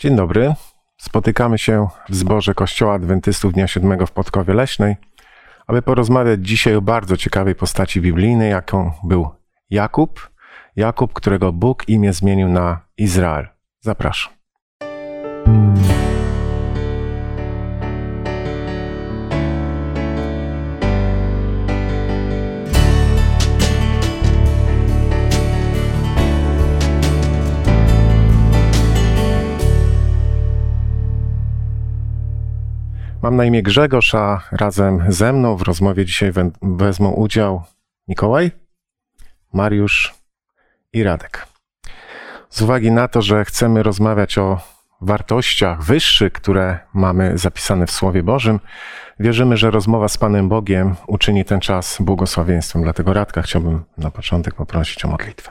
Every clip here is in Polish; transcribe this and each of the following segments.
Dzień dobry. Spotykamy się w zborze Kościoła Adwentystów Dnia Siódmego w Podkowie Leśnej, aby porozmawiać dzisiaj o bardzo ciekawej postaci biblijnej, jaką był Jakub. Jakub, którego Bóg imię zmienił na Izrael. Zapraszam. Mam na imię Grzegorz, a razem ze mną w rozmowie dzisiaj wezmą udział Mikołaj, Mariusz i Radek. Z uwagi na to, że chcemy rozmawiać o wartościach wyższych, które mamy zapisane w Słowie Bożym, wierzymy, że rozmowa z Panem Bogiem uczyni ten czas błogosławieństwem. Dlatego Radka chciałbym na początek poprosić o modlitwę.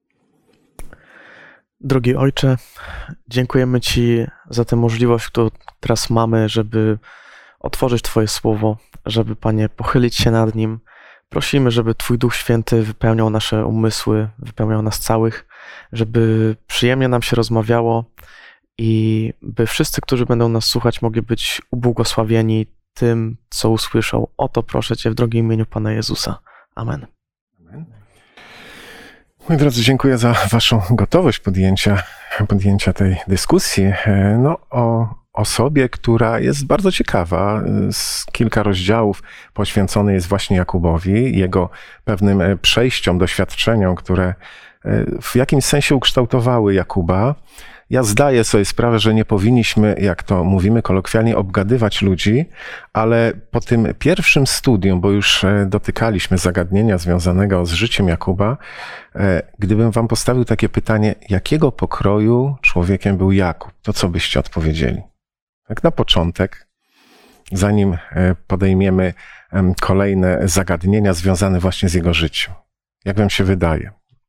Drogi Ojcze, dziękujemy Ci za tę możliwość, którą teraz mamy, żeby otworzyć Twoje Słowo, żeby, Panie, pochylić się nad nim. Prosimy, żeby Twój Duch Święty wypełniał nasze umysły, wypełniał nas całych, żeby przyjemnie nam się rozmawiało i by wszyscy, którzy będą nas słuchać, mogli być ubłogosławieni tym, co usłyszą. O to proszę Cię w drogim imieniu Pana Jezusa. Amen. Moi drodzy, dziękuję za Waszą gotowość podjęcia tej dyskusji o osobie, która jest bardzo ciekawa. Kilka rozdziałów poświęcony jest właśnie Jakubowi, jego pewnym przejściom, doświadczeniom, które w jakimś sensie ukształtowały Jakuba. Ja zdaję sobie sprawę, że nie powinniśmy, jak to mówimy kolokwialnie, obgadywać ludzi, ale po tym pierwszym studium, bo już dotykaliśmy zagadnienia związanego z życiem Jakuba, gdybym wam postawił takie pytanie, jakiego pokroju człowiekiem był Jakub, to co byście odpowiedzieli? Tak na początek, zanim podejmiemy kolejne zagadnienia związane właśnie z jego życiem. Jak wam się wydaje?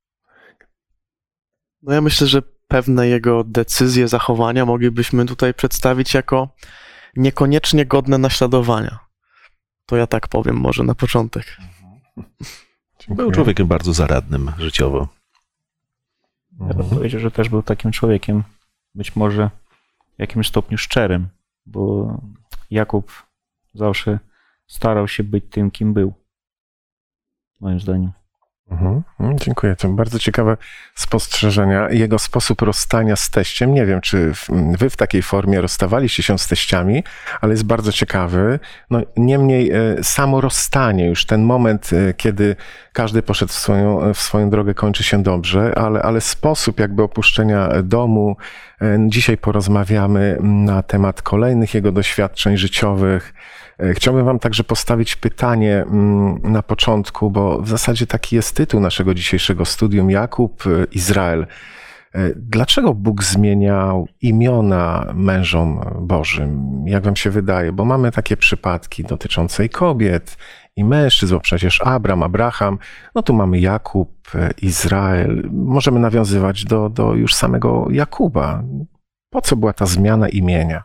No ja myślę, że pewne jego decyzje, zachowania moglibyśmy tutaj przedstawić jako niekoniecznie godne naśladowania. To ja tak powiem może na początek. Był człowiekiem bardzo zaradnym życiowo. Ja bym powiedział, że też był takim człowiekiem, być może w jakimś stopniu szczerym, bo Jakub zawsze starał się być tym, kim był, moim zdaniem. Dziękuję. To bardzo ciekawe spostrzeżenia. Jego sposób rozstania z teściem. Nie wiem, czy wy w takiej formie rozstawaliście się z teściami, ale jest bardzo ciekawy. Niemniej samo rozstanie, już ten moment, kiedy każdy poszedł w swoją drogę, kończy się dobrze, ale sposób jakby opuszczenia domu. Dzisiaj porozmawiamy na temat kolejnych jego doświadczeń życiowych. Chciałbym wam także postawić pytanie na początku, bo w zasadzie taki jest tytuł naszego dzisiejszego studium, Jakub, Izrael. Dlaczego Bóg zmieniał imiona mężom Bożym? Jak wam się wydaje? Bo mamy takie przypadki dotyczące i kobiet, i mężczyzn, bo przecież Abraham, tu mamy Jakub, Izrael. Możemy nawiązywać do już samego Jakuba. Po co była ta zmiana imienia?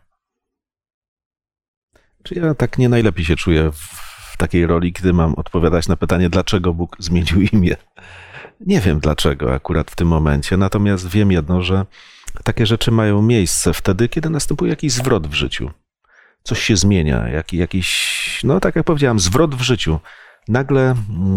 Czy ja tak nie najlepiej się czuję w takiej roli, kiedy mam odpowiadać na pytanie, dlaczego Bóg zmienił imię. Nie wiem dlaczego akurat w tym momencie, natomiast wiem jedno, że takie rzeczy mają miejsce wtedy, kiedy następuje jakiś zwrot w życiu. Coś się zmienia, jakiś, tak jak powiedziałem, zwrot w życiu. Nagle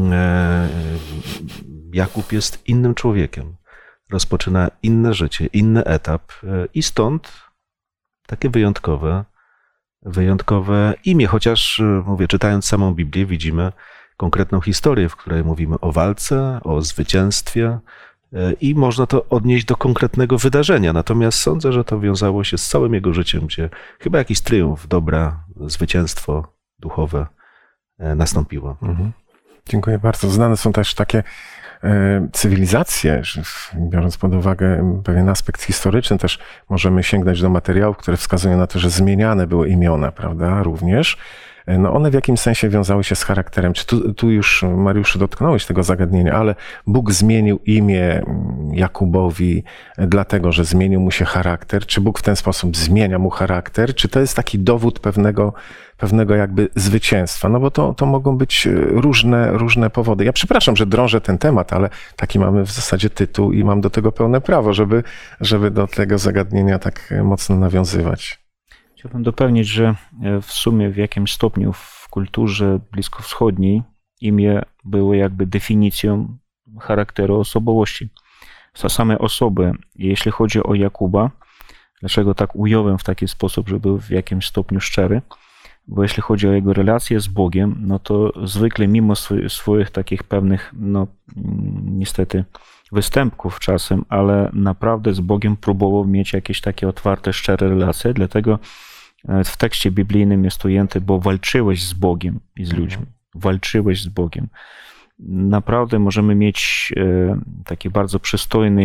Jakub jest innym człowiekiem. Rozpoczyna inne życie, inny etap i stąd takie wyjątkowe imię, chociaż, czytając samą Biblię, widzimy konkretną historię, w której mówimy o walce, o zwycięstwie i można to odnieść do konkretnego wydarzenia. Natomiast sądzę, że to wiązało się z całym jego życiem, gdzie chyba jakiś triumf, dobra, zwycięstwo duchowe nastąpiło. Dziękuję bardzo. Znane są też takie cywilizacje, biorąc pod uwagę pewien aspekt historyczny, też możemy sięgnąć do materiałów, które wskazują na to, że zmieniane były imiona, prawda, również. no one w jakimś sensie wiązały się z charakterem. Czy tu już, Mariuszu, dotknąłeś tego zagadnienia, ale Bóg zmienił imię Jakubowi dlatego, że zmienił mu się charakter. Czy Bóg w ten sposób zmienia mu charakter? Czy to jest taki dowód pewnego jakby zwycięstwa? No bo to mogą być różne powody. Ja przepraszam, że drążę ten temat, ale taki mamy w zasadzie tytuł i mam do tego pełne prawo, żeby do tego zagadnienia tak mocno nawiązywać. Chciałbym dopełnić, że w sumie w jakimś stopniu w kulturze bliskowschodniej imię było jakby definicją charakteru osobowości. Same osoby, jeśli chodzi o Jakuba, dlaczego tak ująłem w taki sposób, że był w jakimś stopniu szczery, bo jeśli chodzi o jego relacje z Bogiem, no to zwykle mimo swoich takich pewnych, no niestety, występków czasem, ale naprawdę z Bogiem próbował mieć jakieś takie otwarte, szczere relacje, dlatego w tekście biblijnym jest ujęte, bo walczyłeś z Bogiem i z ludźmi. Walczyłeś z Bogiem. Naprawdę możemy mieć taki bardzo przystojny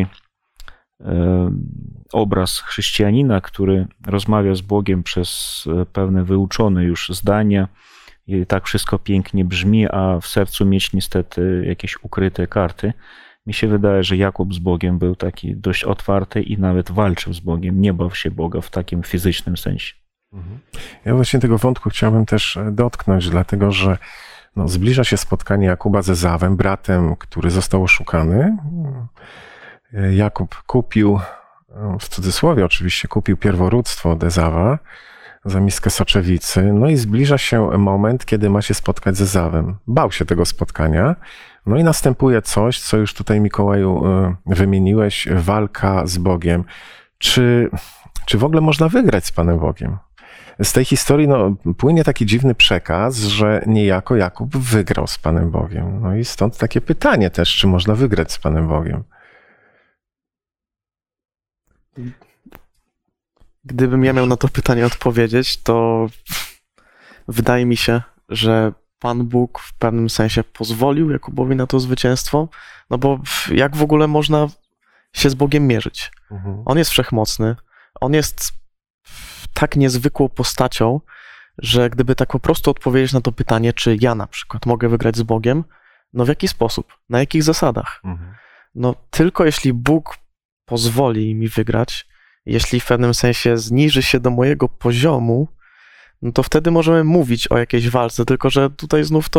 obraz chrześcijanina, który rozmawia z Bogiem przez pewne wyuczone już zdania i tak wszystko pięknie brzmi, a w sercu mieć niestety jakieś ukryte karty. Mi się wydaje, że Jakub z Bogiem był taki dość otwarty i nawet walczył z Bogiem, nie bał się Boga w takim fizycznym sensie. Ja właśnie tego wątku chciałbym też dotknąć, dlatego że zbliża się spotkanie Jakuba z Ezawem, bratem, który został oszukany. Jakub kupił, w cudzysłowie oczywiście, kupił pierworództwo od Ezawa za miskę soczewicy. No i zbliża się moment, kiedy ma się spotkać z Ezawem. Bał się tego spotkania. No i następuje coś, co już tutaj, Mikołaju, wymieniłeś, walka z Bogiem. Czy w ogóle można wygrać z Panem Bogiem? Z tej historii płynie taki dziwny przekaz, że niejako Jakub wygrał z Panem Bogiem. No i stąd takie pytanie też, czy można wygrać z Panem Bogiem? Gdybym ja miał na to pytanie odpowiedzieć, to wydaje mi się, że Pan Bóg w pewnym sensie pozwolił Jakubowi na to zwycięstwo, no bo jak w ogóle można się z Bogiem mierzyć? On jest wszechmocny, on jest tak niezwykłą postacią, że gdyby tak po prostu odpowiedzieć na to pytanie, czy ja na przykład mogę wygrać z Bogiem, no w jaki sposób, na jakich zasadach? No tylko jeśli Bóg pozwoli mi wygrać, jeśli w pewnym sensie zniży się do mojego poziomu, no to wtedy możemy mówić o jakiejś walce, tylko że tutaj znów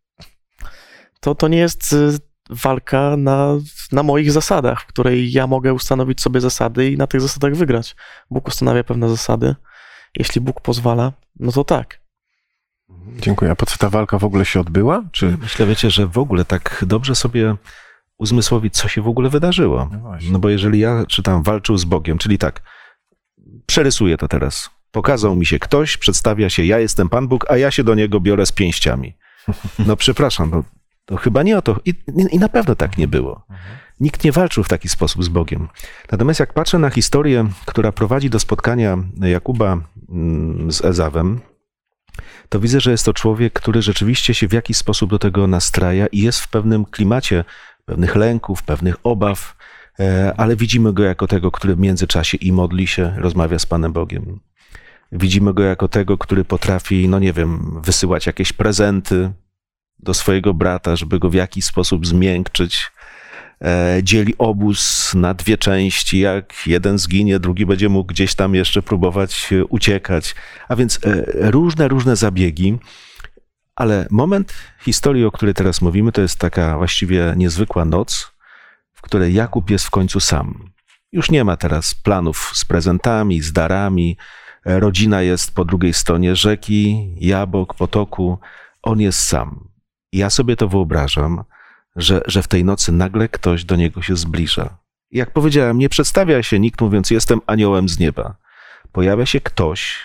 to nie jest walka na moich zasadach, w której ja mogę ustanowić sobie zasady i na tych zasadach wygrać. Bóg ustanawia pewne zasady. Jeśli Bóg pozwala, no to tak. Dziękuję. A po co ta walka w ogóle się odbyła? Czy... Myślę, wiecie, że w ogóle tak dobrze sobie uzmysłowić, co się w ogóle wydarzyło. No bo jeżeli ja czytam walczył z Bogiem, czyli tak, przerysuję to teraz. Pokazał mi się ktoś, przedstawia się, ja jestem Pan Bóg, a ja się do niego biorę z pięściami. No przepraszam, to chyba nie o to. I na pewno tak nie było. Nikt nie walczył w taki sposób z Bogiem. Natomiast jak patrzę na historię, która prowadzi do spotkania Jakuba z Ezawem, to widzę, że jest to człowiek, który rzeczywiście się w jakiś sposób do tego nastraja i jest w pewnym klimacie pewnych lęków, pewnych obaw, ale widzimy go jako tego, który w międzyczasie i modli się, rozmawia z Panem Bogiem. Widzimy go jako tego, który potrafi, no nie wiem, wysyłać jakieś prezenty do swojego brata, żeby go w jakiś sposób zmiękczyć. Dzieli obóz na dwie części, jak jeden zginie, drugi będzie mógł gdzieś tam jeszcze próbować uciekać. A więc różne zabiegi, ale moment historii, o której teraz mówimy, to jest taka właściwie niezwykła noc, w której Jakub jest w końcu sam. Już nie ma teraz planów z prezentami, z darami, rodzina jest po drugiej stronie rzeki, Jabok, potoku, on jest sam. Ja sobie to wyobrażam, że w tej nocy nagle ktoś do niego się zbliża. Jak powiedziałem, nie przedstawia się nikt mówiąc, jestem aniołem z nieba. Pojawia się ktoś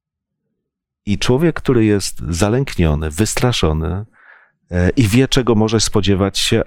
i człowiek, który jest zalękniony, wystraszony i wie, czego może spodziewać się,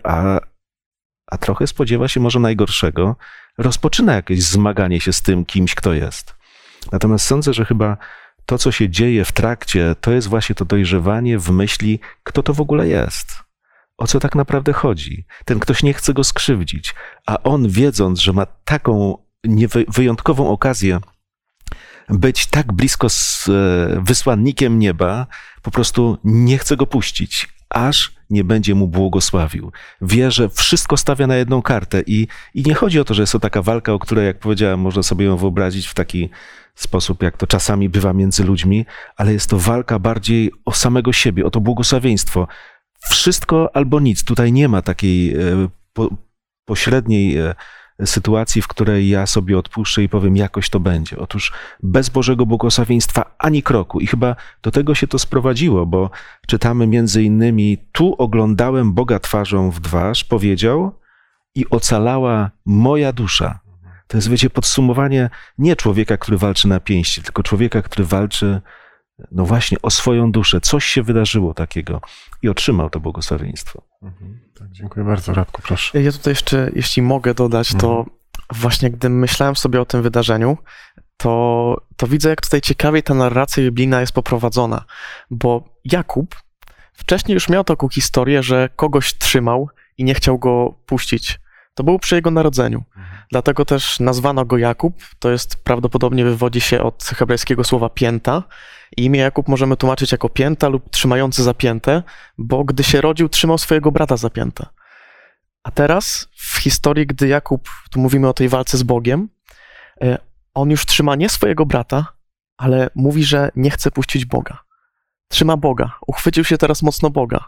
a trochę spodziewa się może najgorszego, rozpoczyna jakieś zmaganie się z tym kimś, kto jest. Natomiast sądzę, że chyba to, co się dzieje w trakcie, to jest właśnie to dojrzewanie w myśli, kto to w ogóle jest. O co tak naprawdę chodzi? Ten ktoś nie chce go skrzywdzić, a on wiedząc, że ma taką wyjątkową okazję być tak blisko z wysłannikiem nieba, po prostu nie chce go puścić, aż nie będzie mu błogosławił. Wie, że wszystko stawia na jedną kartę i nie chodzi o to, że jest to taka walka, o której, jak powiedziałem, można sobie ją wyobrazić w taki sposób, jak to czasami bywa między ludźmi, ale jest to walka bardziej o samego siebie, o to błogosławieństwo. Wszystko albo nic. Tutaj nie ma takiej pośredniej sytuacji, w której ja sobie odpuszczę i powiem, jakoś to będzie. Otóż bez Bożego błogosławieństwa ani kroku. I chyba do tego się to sprowadziło, bo czytamy między innymi: tu oglądałem Boga twarzą w twarz, powiedział, i ocalała moja dusza. To jest, wiecie, podsumowanie nie człowieka, który walczy na pięści, tylko człowieka, który walczy, no właśnie, o swoją duszę. Coś się wydarzyło takiego i otrzymał to błogosławieństwo. Tak, dziękuję bardzo. Radku, proszę. Ja tutaj jeszcze, jeśli mogę dodać, to właśnie gdy myślałem sobie o tym wydarzeniu, to widzę, jak tutaj ciekawie ta narracja biblijna jest poprowadzona, bo Jakub wcześniej już miał taką historię, że kogoś trzymał i nie chciał go puścić. To było przy jego narodzeniu. Dlatego też nazwano go Jakub. To jest prawdopodobnie wywodzi się od hebrajskiego słowa pięta. I imię Jakub możemy tłumaczyć jako pięta lub trzymający za piętę, bo gdy się rodził, trzymał swojego brata za piętę. A teraz w historii, gdy Jakub, tu mówimy o tej walce z Bogiem, on już trzyma nie swojego brata, ale mówi, że nie chce puścić Boga. Trzyma Boga. Uchwycił się teraz mocno Boga.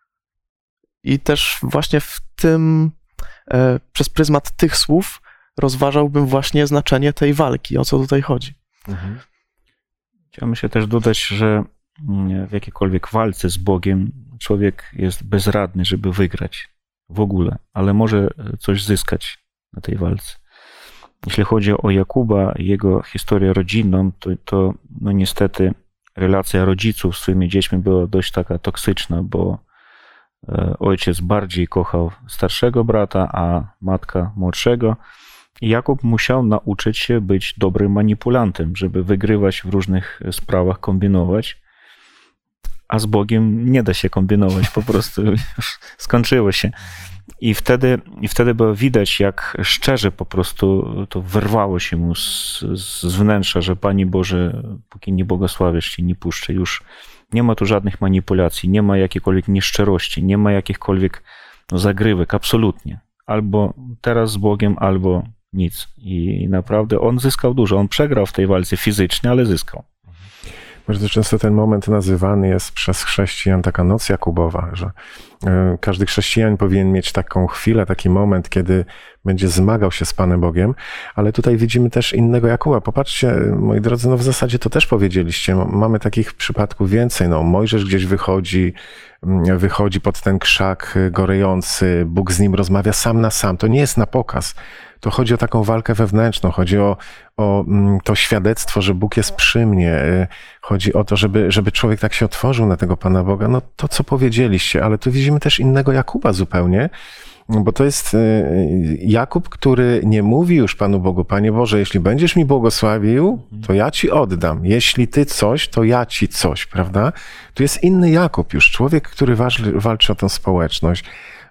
I też właśnie w tym, przez pryzmat tych słów rozważałbym właśnie znaczenie tej walki, o co tutaj chodzi. Chciałbym się też dodać, że w jakiejkolwiek walce z Bogiem człowiek jest bezradny, żeby wygrać w ogóle, ale może coś zyskać na tej walce. Jeśli chodzi o Jakuba i jego historię rodzinną, to no niestety relacja rodziców z swoimi dziećmi była dość taka toksyczna, bo ojciec bardziej kochał starszego brata, a matka młodszego. I Jakub musiał nauczyć się być dobrym manipulantem, żeby wygrywać w różnych sprawach, kombinować. A z Bogiem nie da się kombinować, po prostu skończyło się. I wtedy było widać, jak szczerze po prostu to wyrwało się mu z wnętrza, że Panie Boże, póki nie błogosławisz Cię, nie puszczę już. Nie ma tu żadnych manipulacji, nie ma jakiejkolwiek nieszczerości, nie ma jakichkolwiek zagrywek, absolutnie. Albo teraz z Bogiem, albo nic. I naprawdę on zyskał dużo. On przegrał w tej walce fizycznie, ale zyskał. Bardzo często ten moment nazywany jest przez chrześcijan taka noc Jakubowa, że każdy chrześcijanin powinien mieć taką chwilę, taki moment, kiedy będzie zmagał się z Panem Bogiem, ale tutaj widzimy też innego Jakuba. Popatrzcie, moi drodzy, no w zasadzie to też powiedzieliście, mamy takich przypadków więcej. No, Mojżesz gdzieś wychodzi pod ten krzak gorejący, Bóg z nim rozmawia sam na sam. To nie jest na pokaz. To chodzi o taką walkę wewnętrzną, chodzi o to świadectwo, że Bóg jest przy mnie. Chodzi o to, żeby człowiek tak się otworzył na tego Pana Boga. No to, co powiedzieliście, ale tu widzimy też innego Jakuba zupełnie, bo to jest Jakub, który nie mówi już Panu Bogu: Panie Boże, jeśli będziesz mi błogosławił, to ja Ci oddam. Jeśli Ty coś, to ja Ci coś, prawda? Tu jest inny Jakub już, człowiek, który walczy o tę społeczność,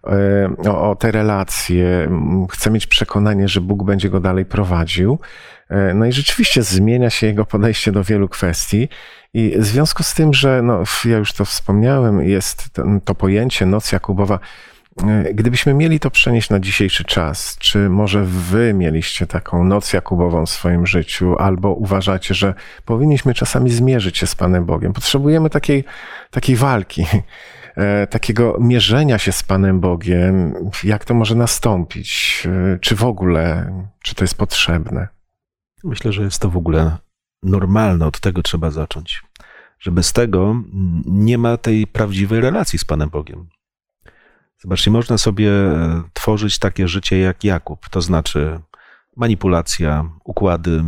o te relacje, chce mieć przekonanie, że Bóg będzie go dalej prowadził. No i rzeczywiście zmienia się jego podejście do wielu kwestii i w związku z tym, że no, ja już to wspomniałem, jest to pojęcie noc Jakubowa. Gdybyśmy mieli to przenieść na dzisiejszy czas, czy może wy mieliście taką noc Jakubową w swoim życiu, albo uważacie, że powinniśmy czasami zmierzyć się z Panem Bogiem? Potrzebujemy takiej walki, takiego mierzenia się z Panem Bogiem. Jak to może nastąpić? Czy w ogóle, czy to jest potrzebne? Myślę, że jest to w ogóle normalne, od tego trzeba zacząć. Że bez tego nie ma tej prawdziwej relacji z Panem Bogiem. Zobaczcie, można sobie tworzyć takie życie jak Jakub, to znaczy manipulacja, układy.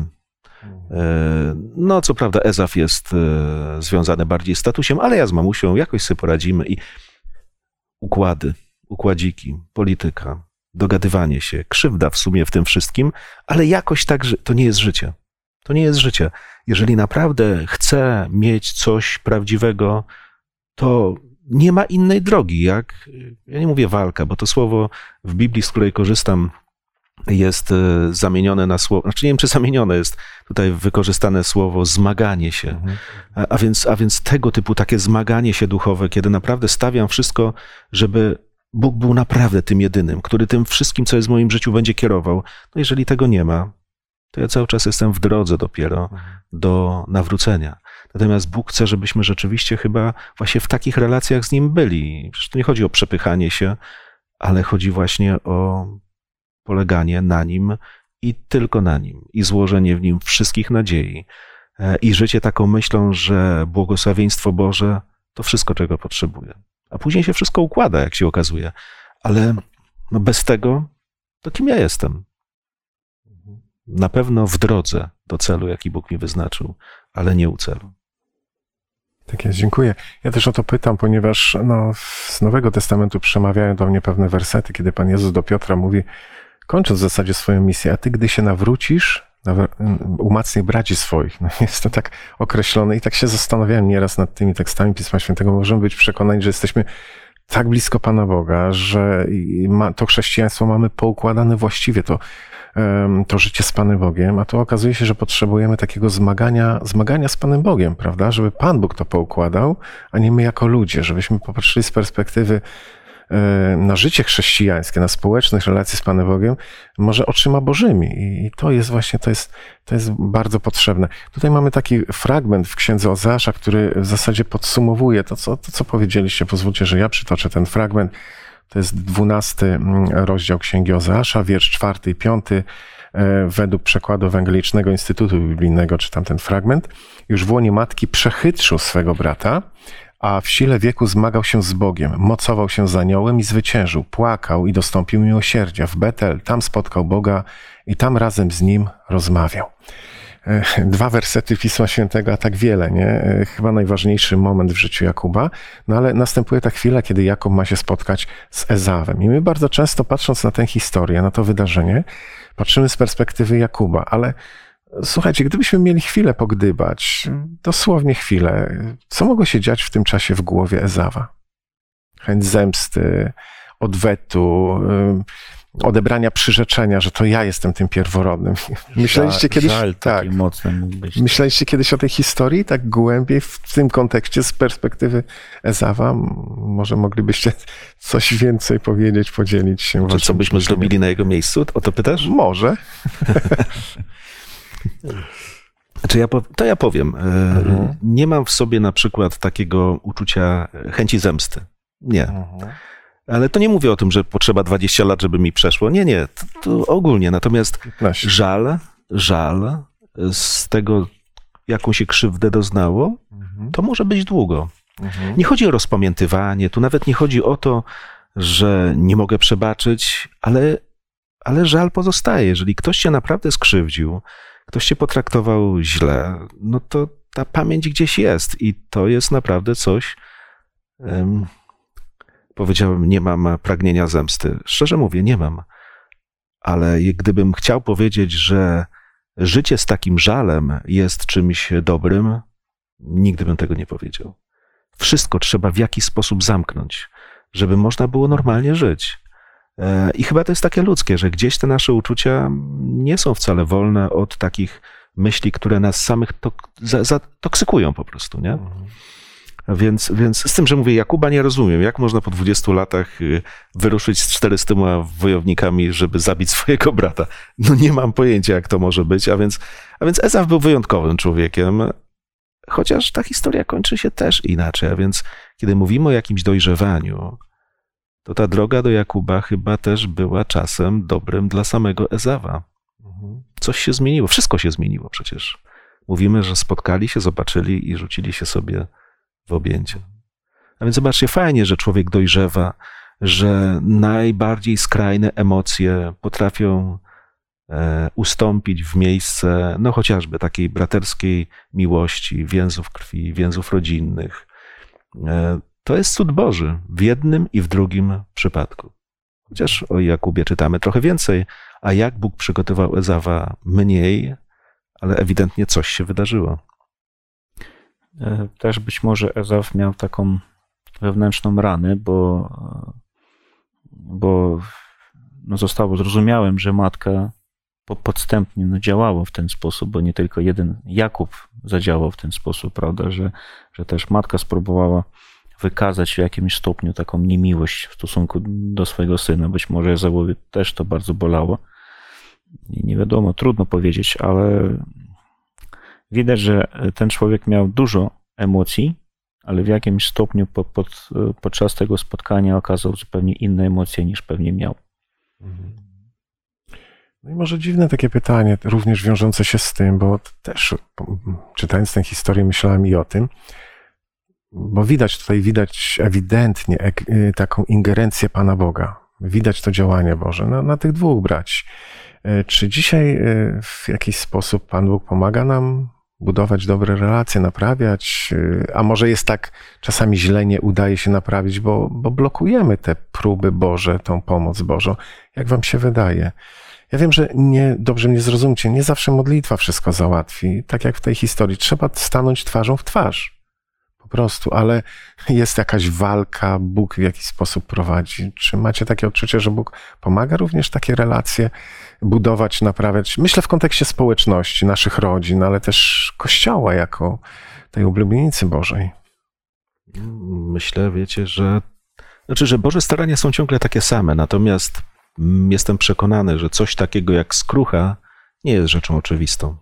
No, co prawda Ezaf jest związany bardziej z statusem, ale ja z mamusią jakoś sobie poradzimy i układy, układziki, polityka, dogadywanie się, krzywda w sumie w tym wszystkim, ale jakoś tak, że to nie jest życie. To nie jest życie. Jeżeli naprawdę chcę mieć coś prawdziwego, to nie ma innej drogi, jak, ja nie mówię walka, bo to słowo w Biblii, z której korzystam, jest zamienione na słowo, znaczy nie wiem, czy zamienione jest tutaj wykorzystane słowo zmaganie się. A więc tego typu takie zmaganie się duchowe, kiedy naprawdę stawiam wszystko, żeby Bóg był naprawdę tym jedynym, który tym wszystkim, co jest w moim życiu, będzie kierował. No jeżeli tego nie ma, to ja cały czas jestem w drodze dopiero do nawrócenia. Natomiast Bóg chce, żebyśmy rzeczywiście chyba właśnie w takich relacjach z Nim byli. Przecież to nie chodzi o przepychanie się, ale chodzi właśnie o poleganie na Nim i tylko na Nim. I złożenie w Nim wszystkich nadziei. I życie taką myślą, że błogosławieństwo Boże to wszystko, czego potrzebuję. A później się wszystko układa, jak się okazuje. Ale no bez tego, to kim ja jestem? Na pewno w drodze do celu, jaki Bóg mi wyznaczył, ale nie u celu. Tak jest, dziękuję. Ja też o to pytam, ponieważ z Nowego Testamentu przemawiają do mnie pewne wersety, kiedy Pan Jezus do Piotra mówi, kończąc w zasadzie swoją misję, a ty, gdy się nawrócisz, umacnij braci swoich. No, jest to tak określone i tak się zastanawiałem nieraz nad tymi tekstami Pisma Świętego. Możemy być przekonani, że jesteśmy tak blisko Pana Boga, że to chrześcijaństwo mamy poukładane właściwie, to życie z Panem Bogiem, a to okazuje się, że potrzebujemy takiego zmagania z Panem Bogiem, prawda? Żeby Pan Bóg to poukładał, a nie my jako ludzie, żebyśmy popatrzyli z perspektywy na życie chrześcijańskie, na społecznych relacje z Panem Bogiem, może oczyma Bożymi. I to jest właśnie, to jest bardzo potrzebne. Tutaj mamy taki fragment w księdze Ozeasza, który w zasadzie podsumowuje to, co powiedzieliście. Pozwólcie, że ja przytoczę ten fragment. To jest 12 rozdział księgi Ozeasza, wiersz 4 i 5. Według przekładu Ewangelicznego Instytutu Biblijnego czytam ten fragment. Już w łonie matki przechytrzył swego brata, a w sile wieku zmagał się z Bogiem, mocował się z aniołem i zwyciężył, płakał i dostąpił miłosierdzia. W Betel, tam spotkał Boga i tam razem z Nim rozmawiał. 2 wersety Pisma Świętego, a tak wiele, nie? Chyba najważniejszy moment w życiu Jakuba, no ale następuje ta chwila, kiedy Jakub ma się spotkać z Ezawem. I my bardzo często, patrząc na tę historię, na to wydarzenie, patrzymy z perspektywy Jakuba, ale słuchajcie, gdybyśmy mieli chwilę pogdybać, dosłownie chwilę, co mogło się dziać w tym czasie w głowie Ezawa? Chęć zemsty, odwetu, odebrania przyrzeczenia, że to ja jestem tym pierworodnym. Myśleliście kiedyś, żal tak, mocny mógł być. myśleliście kiedyś o tej historii tak głębiej w tym kontekście z perspektywy Ezawa? Może moglibyście coś więcej powiedzieć, podzielić się? Czy co byśmy zrobili na jego miejscu? O to pytasz? Może. To ja powiem. Nie mam w sobie na przykład takiego uczucia chęci zemsty. Nie. Ale to nie mówię o tym, że potrzeba 20 lat, żeby mi przeszło. Nie. To ogólnie. Natomiast żal z tego, jaką się krzywdę doznało, to może być długo. Nie chodzi o rozpamiętywanie. Tu nawet nie chodzi o to, że nie mogę przebaczyć, ale żal pozostaje. Jeżeli ktoś cię naprawdę skrzywdził, ktoś cię potraktował źle, no to ta pamięć gdzieś jest i to jest naprawdę coś, powiedziałem, nie mam pragnienia zemsty. Szczerze mówię, nie mam. Ale gdybym chciał powiedzieć, że życie z takim żalem jest czymś dobrym, nigdy bym tego nie powiedział. Wszystko trzeba w jakiś sposób zamknąć, żeby można było normalnie żyć. I chyba to jest takie ludzkie, że gdzieś te nasze uczucia nie są wcale wolne od takich myśli, które nas samych toksykują po prostu, nie? Więc z tym, że mówię, Jakuba nie rozumiem, jak można po 20 latach wyruszyć z 400 wojownikami, żeby zabić swojego brata. No nie mam pojęcia, jak to może być, a więc Ezaw był wyjątkowym człowiekiem, chociaż ta historia kończy się też inaczej, a więc kiedy mówimy o jakimś dojrzewaniu, to ta droga do Jakuba chyba też była czasem dobrym dla samego Ezawa. Coś się zmieniło, wszystko się zmieniło przecież. Mówimy, że spotkali się, zobaczyli i rzucili się sobie w objęcie. A więc zobaczcie, fajnie, że człowiek dojrzewa, że najbardziej skrajne emocje potrafią ustąpić w miejsce, no chociażby takiej braterskiej miłości, więzów krwi, więzów rodzinnych. To jest cud Boży w jednym i w drugim przypadku. Chociaż o Jakubie czytamy trochę więcej, a jak Bóg przygotował Ezawa mniej, ale ewidentnie coś się wydarzyło. Też być może Ezaw miał taką wewnętrzną ranę, bo zostało zrozumiałem, że matka podstępnie działała w ten sposób, bo nie tylko jeden Jakub zadziałał w ten sposób, prawda, że też matka spróbowała wykazać w jakimś stopniu taką niemiłość w stosunku do swojego syna. Być może Ezałowi też to bardzo bolało. Nie wiadomo, trudno powiedzieć, ale widać, że ten człowiek miał dużo emocji, ale w jakimś stopniu podczas tego spotkania okazał zupełnie inne emocje niż pewnie miał. No i może dziwne takie pytanie, również wiążące się z tym, bo też czytając tę historię myślałem i o tym, bo widać ewidentnie taką ingerencję Pana Boga. Widać to działanie Boże na tych dwóch braci. Czy dzisiaj w jakiś sposób Pan Bóg pomaga nam budować dobre relacje, naprawiać, a może jest tak, czasami źle nie udaje się naprawić, bo blokujemy te próby Boże, tą pomoc Bożą. Jak wam się wydaje? Ja wiem, że dobrze mnie zrozumcie, nie zawsze modlitwa wszystko załatwi. Tak jak w tej historii, trzeba stanąć twarzą w twarz. Po prostu, ale jest jakaś walka, Bóg w jakiś sposób prowadzi. Czy macie takie odczucie, że Bóg pomaga również takie relacje budować, naprawiać? Myślę w kontekście społeczności, naszych rodzin, ale też Kościoła jako tej oblubieńcy Bożej. Myślę, wiecie, że Boże starania są ciągle takie same, natomiast jestem przekonany, że coś takiego jak skrucha nie jest rzeczą oczywistą.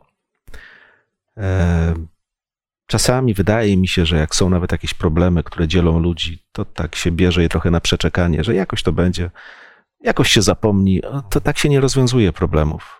Czasami wydaje mi się, że jak są nawet jakieś problemy, które dzielą ludzi, to tak się bierze je trochę na przeczekanie, że jakoś to będzie, jakoś się zapomni, to tak się nie rozwiązuje problemów.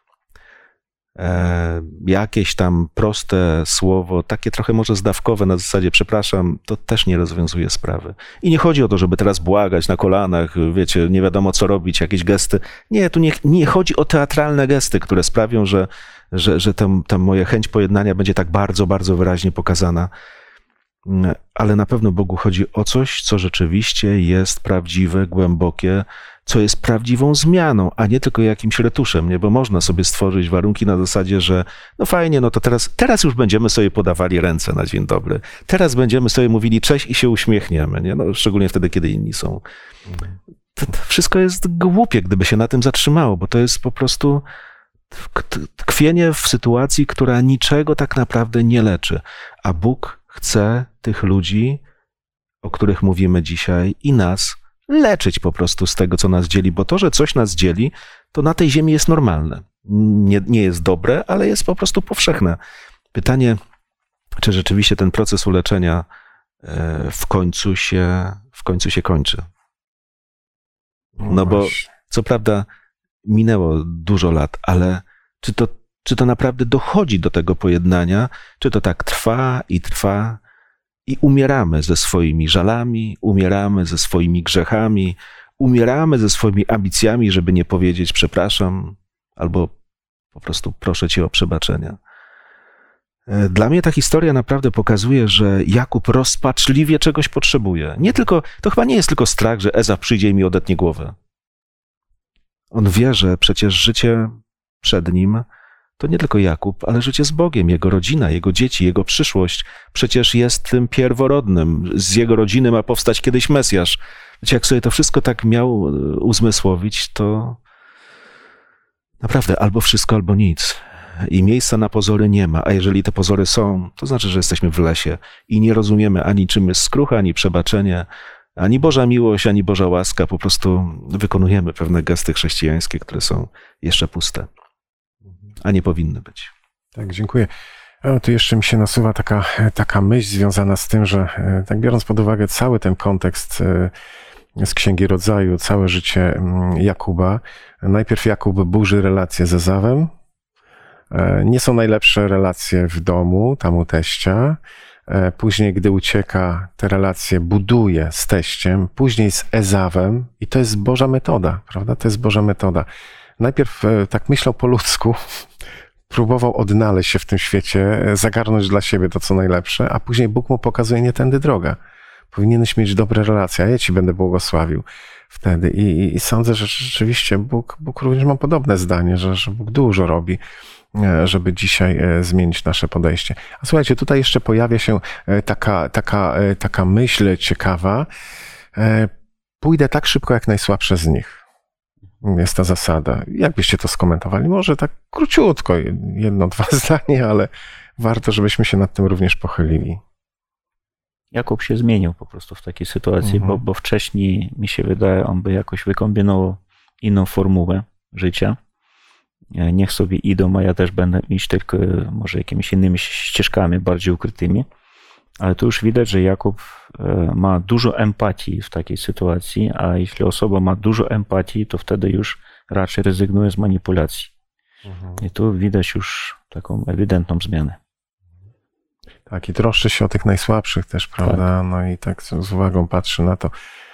Jakieś tam proste słowo, takie trochę może zdawkowe na zasadzie przepraszam, to też nie rozwiązuje sprawy. I nie chodzi o to, żeby teraz błagać na kolanach, wiecie, nie wiadomo co robić, jakieś gesty. Nie, tu nie chodzi o teatralne gesty, które sprawią, że ta moja chęć pojednania będzie tak bardzo, bardzo wyraźnie pokazana. Ale na pewno Bogu chodzi o coś, co rzeczywiście jest prawdziwe, głębokie, co jest prawdziwą zmianą, a nie tylko jakimś retuszem, nie? Bo można sobie stworzyć warunki na zasadzie, że no fajnie, no to teraz już będziemy sobie podawali ręce na dzień dobry. Teraz będziemy sobie mówili cześć i się uśmiechniemy, nie? No, szczególnie wtedy, kiedy inni są. To wszystko jest głupie, gdyby się na tym zatrzymało, bo to jest po prostu tkwienie w sytuacji, która niczego tak naprawdę nie leczy. A Bóg chce tych ludzi, o których mówimy dzisiaj, i nas leczyć po prostu z tego, co nas dzieli, bo to, że coś nas dzieli, to na tej ziemi jest normalne. Nie jest dobre, ale jest po prostu powszechne. Pytanie, czy rzeczywiście ten proces uleczenia w końcu się kończy. No bo co prawda minęło dużo lat, ale czy to naprawdę dochodzi do tego pojednania, czy to tak trwa i umieramy ze swoimi żalami, umieramy ze swoimi grzechami, umieramy ze swoimi ambicjami, żeby nie powiedzieć przepraszam, albo po prostu proszę cię o przebaczenia. Dla mnie ta historia naprawdę pokazuje, że Jakub rozpaczliwie czegoś potrzebuje. To chyba nie jest tylko strach, że Ezaw przyjdzie i mi odetnie głowę. On wie, że przecież życie przed nim to nie tylko Jakub, ale życie z Bogiem, jego rodzina, jego dzieci, jego przyszłość przecież jest tym pierworodnym. Z jego rodziny ma powstać kiedyś Mesjasz. Wiecie, jak sobie to wszystko tak miał uzmysłowić, to naprawdę albo wszystko, albo nic. I miejsca na pozory nie ma, a jeżeli te pozory są, to znaczy, że jesteśmy w lesie i nie rozumiemy ani czym jest skrucha, ani przebaczenie, ani Boża miłość, ani Boża łaska. Po prostu wykonujemy pewne gesty chrześcijańskie, które są jeszcze puste, a nie powinny być. Tak, dziękuję. Tu jeszcze mi się nasuwa taka myśl związana z tym, że tak biorąc pod uwagę cały ten kontekst z Księgi Rodzaju, całe życie Jakuba, najpierw Jakub burzy relacje z Ezawem, nie są najlepsze relacje w domu, tam u teścia, później, gdy ucieka, te relacje buduje z teściem, później z Ezawem i to jest Boża metoda, prawda? To jest Boża metoda. Najpierw tak myślał po ludzku, próbował odnaleźć się w tym świecie, zagarnąć dla siebie to, co najlepsze, a później Bóg mu pokazuje, nie tędy droga. Powinieneś mieć dobre relacje, a ja ci będę błogosławił wtedy. I sądzę, że rzeczywiście Bóg również ma podobne zdanie, że Bóg dużo robi, żeby dzisiaj zmienić nasze podejście. A słuchajcie, tutaj jeszcze pojawia się taka myśl ciekawa. Pójdę tak szybko, jak najsłabsze z nich. jest ta zasada. Jak byście to skomentowali? Może tak króciutko, 1-2 zdanie, ale warto, żebyśmy się nad tym również pochylili. Jakub się zmienił po prostu w takiej sytuacji, bo wcześniej, mi się wydaje, on by jakoś wykombinował inną formułę życia. Niech sobie idą, a ja też będę iść, tylko może jakimiś innymi ścieżkami, bardziej ukrytymi. Ale tu już widać, że Jakub ma dużo empatii w takiej sytuacji, a jeśli osoba ma dużo empatii, to wtedy już raczej rezygnuje z manipulacji. I tu widać już taką ewidentną zmianę. Tak, i troszczy się o tych najsłabszych też, prawda? Tak. No i tak z uwagą patrzy na to,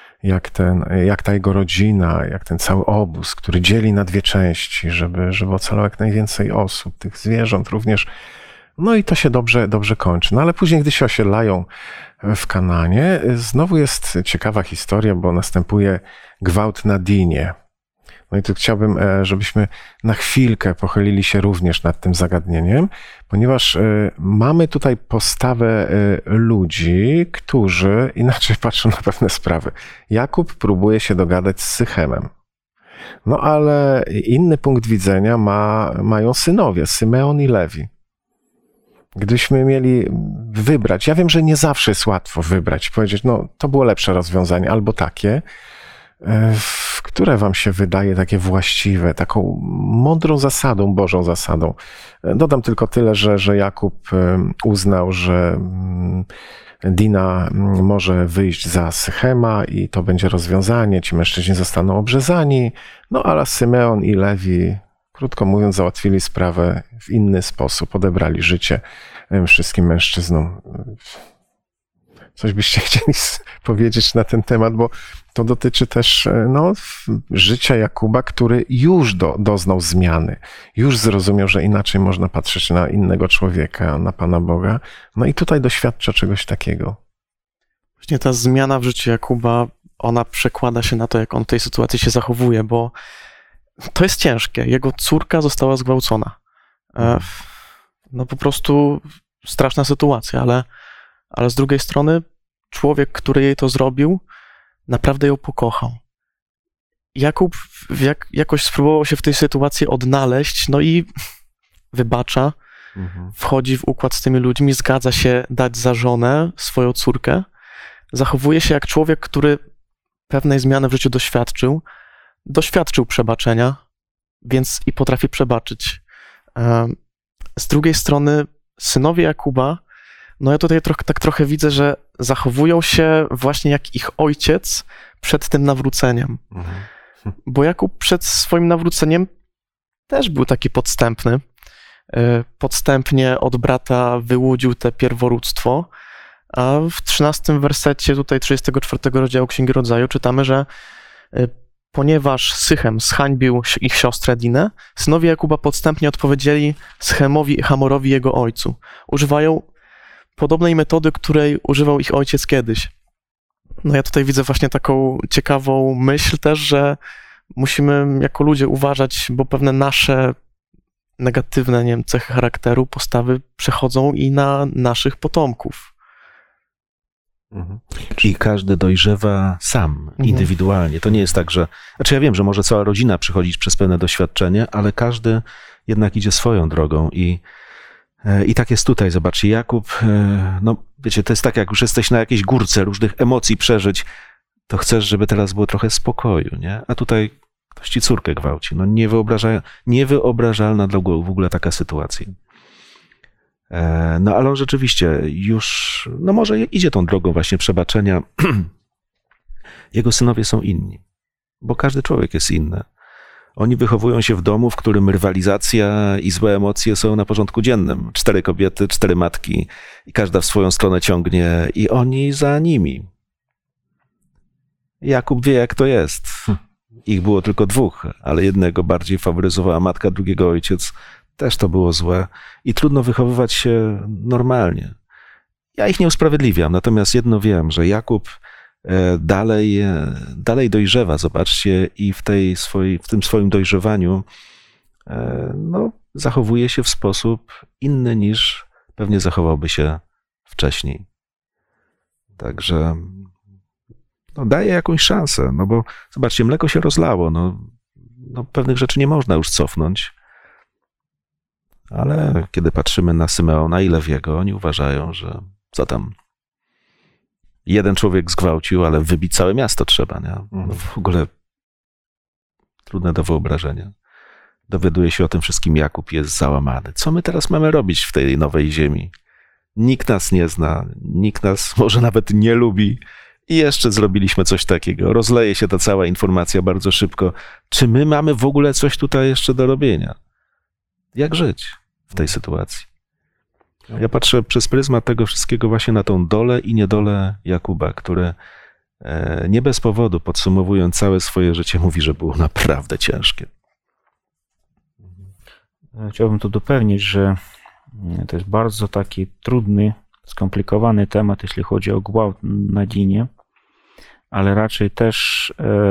jak ta jego rodzina, jak ten cały obóz, który dzieli na 2 części, żeby ocalało jak najwięcej osób, tych zwierząt również. No i to się dobrze kończy. No ale później, gdy się osiedlają w Kanaanie, znowu jest ciekawa historia, bo następuje gwałt na Dinie. No i tu chciałbym, żebyśmy na chwilkę pochylili się również nad tym zagadnieniem, ponieważ mamy tutaj postawę ludzi, którzy inaczej patrzą na pewne sprawy. Jakub próbuje się dogadać z Sychemem. No ale inny punkt widzenia mają synowie, Symeon i Lewi. Gdybyśmy mieli wybrać, ja wiem, że nie zawsze jest łatwo wybrać, powiedzieć, no to było lepsze rozwiązanie, albo takie, które wam się wydaje takie właściwe, taką mądrą zasadą, Bożą zasadą. Dodam tylko tyle, że Jakub uznał, że Dina może wyjść za Sychema i to będzie rozwiązanie, ci mężczyźni zostaną obrzezani, no ale Symeon i Lewi, krótko mówiąc, załatwili sprawę w inny sposób, odebrali życie wszystkim mężczyznom. Coś byście chcieli powiedzieć na ten temat, bo to dotyczy też życia Jakuba, który już doznał zmiany, już zrozumiał, że inaczej można patrzeć na innego człowieka, na Pana Boga. No i tutaj doświadcza czegoś takiego. Właśnie ta zmiana w życiu Jakuba, ona przekłada się na to, jak on w tej sytuacji się zachowuje, bo to jest ciężkie. Jego córka została zgwałcona. No po prostu straszna sytuacja, ale z drugiej strony człowiek, który jej to zrobił, naprawdę ją pokochał. Jakub jakoś spróbował się w tej sytuacji odnaleźć, no i wybacza, wchodzi w układ z tymi ludźmi, zgadza się dać za żonę swoją córkę, zachowuje się jak człowiek, który pewnej zmiany w życiu doświadczył przebaczenia, więc i potrafi przebaczyć. Z drugiej strony synowie Jakuba, no ja tutaj trochę widzę, że zachowują się właśnie jak ich ojciec przed tym nawróceniem. Bo Jakub przed swoim nawróceniem też był taki podstępny. Podstępnie od brata wyłudził te pierworództwo, a w 13 wersecie tutaj 34 rozdziału Księgi Rodzaju czytamy, że ponieważ Sychem zhańbił ich siostrę Dinę, synowie Jakuba podstępnie odpowiedzieli Sychemowi i Hamorowi, jego ojcu. Używają podobnej metody, której używał ich ojciec kiedyś. No ja tutaj widzę właśnie taką ciekawą myśl też, że musimy jako ludzie uważać, bo pewne nasze negatywne, nie wiem, cechy charakteru, postawy przechodzą i na naszych potomków. I każdy dojrzewa sam, indywidualnie. To nie jest tak, że... Znaczy ja wiem, że może cała rodzina przechodzić przez pewne doświadczenie, ale każdy jednak idzie swoją drogą i tak jest tutaj. Zobaczcie, Jakub, no wiecie, to jest tak, jak już jesteś na jakiejś górce różnych emocji przeżyć, to chcesz, żeby teraz było trochę spokoju, nie? A tutaj ktoś ci córkę gwałci. No niewyobrażalna w ogóle taka sytuacja. No ale on rzeczywiście już, no może idzie tą drogą właśnie przebaczenia. Jego synowie są inni, bo każdy człowiek jest inny. Oni wychowują się w domu, w którym rywalizacja i złe emocje są na porządku dziennym. 4 kobiety, 4 matki i każda w swoją stronę ciągnie i oni za nimi. Jakub wie, jak to jest. Ich było tylko 2, ale jednego bardziej faworyzowała matka, drugiego ojciec. Też to było złe i trudno wychowywać się normalnie. Ja ich nie usprawiedliwiam, natomiast jedno wiem, że Jakub dalej dojrzewa, zobaczcie, i w tym swoim dojrzewaniu no, zachowuje się w sposób inny niż pewnie zachowałby się wcześniej. Także no, daje jakąś szansę, no bo zobaczcie, mleko się rozlało, no, no, pewnych rzeczy nie można już cofnąć. Ale kiedy patrzymy na Symeona i Lewiego, oni uważają, że co tam, jeden człowiek zgwałcił, ale wybić całe miasto trzeba, nie? No w ogóle trudne do wyobrażenia. Dowiaduje się o tym wszystkim Jakub, jest załamany. Co my teraz mamy robić w tej nowej ziemi? Nikt nas nie zna, nikt nas może nawet nie lubi i jeszcze zrobiliśmy coś takiego. Rozleje się ta cała informacja bardzo szybko. Czy my mamy w ogóle coś tutaj jeszcze do robienia? Jak żyć w tej sytuacji? Ja patrzę przez pryzmat tego wszystkiego właśnie na tą dolę i niedolę Jakuba, który nie bez powodu, podsumowując całe swoje życie, mówi, że było naprawdę ciężkie. Chciałbym tu dopewnić, że to jest bardzo taki trudny, skomplikowany temat, jeśli chodzi o gwałt na Dinie, ale raczej też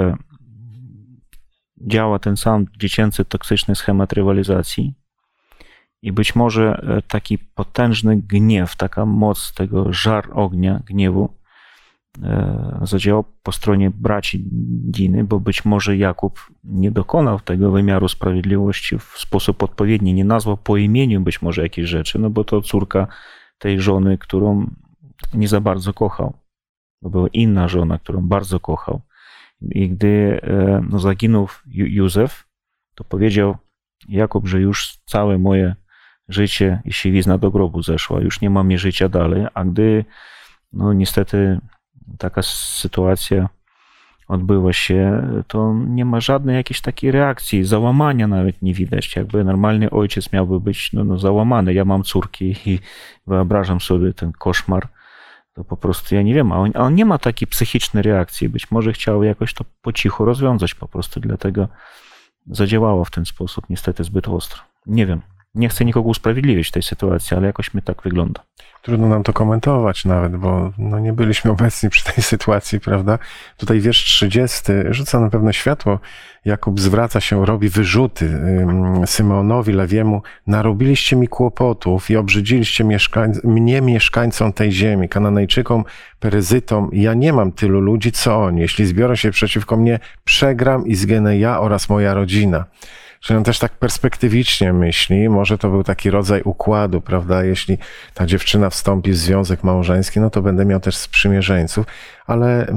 działa ten sam dziecięcy, toksyczny schemat rywalizacji i być może taki potężny gniew, taka moc tego żar ognia, gniewu zadziałał po stronie braci Diny, bo być może Jakub nie dokonał tego wymiaru sprawiedliwości w sposób odpowiedni, nie nazwał po imieniu być może jakiejś rzeczy, no bo to córka tej żony, którą nie za bardzo kochał. Bo była inna żona, którą bardzo kochał. I gdy zaginął Józef, to powiedział Jakub, że już całe moje życie i siwizna do grobu zeszła, już nie ma mi życia dalej, a gdy niestety taka sytuacja odbyła się, to nie ma żadnej jakiejś takiej reakcji, załamania nawet nie widać. Jakby normalny ojciec miałby być załamany. Ja mam córki i wyobrażam sobie ten koszmar. To po prostu ja nie wiem, a on nie ma takiej psychicznej reakcji. Być może chciał jakoś to po cichu rozwiązać po prostu, dlatego zadziałało w ten sposób niestety zbyt ostro. Nie wiem, nie chcę nikogo usprawiedliwić w tej sytuacji, ale jakoś mi tak wygląda. Trudno nam to komentować nawet, bo nie byliśmy obecni przy tej sytuacji, prawda? Tutaj wiersz 30 rzuca na pewno światło. Jakub zwraca się, robi wyrzuty Symeonowi, Lewiemu. Narobiliście mi kłopotów i obrzydziliście mnie, mieszkańcom tej ziemi, Kananejczykom, Peryzytom. Ja nie mam tylu ludzi, co oni. Jeśli zbiorą się przeciwko mnie, przegram i zginę ja oraz moja rodzina. Czyli on też tak perspektywicznie myśli, może to był taki rodzaj układu, prawda? Jeśli ta dziewczyna wstąpi w związek małżeński, no to będę miał też sprzymierzeńców, ale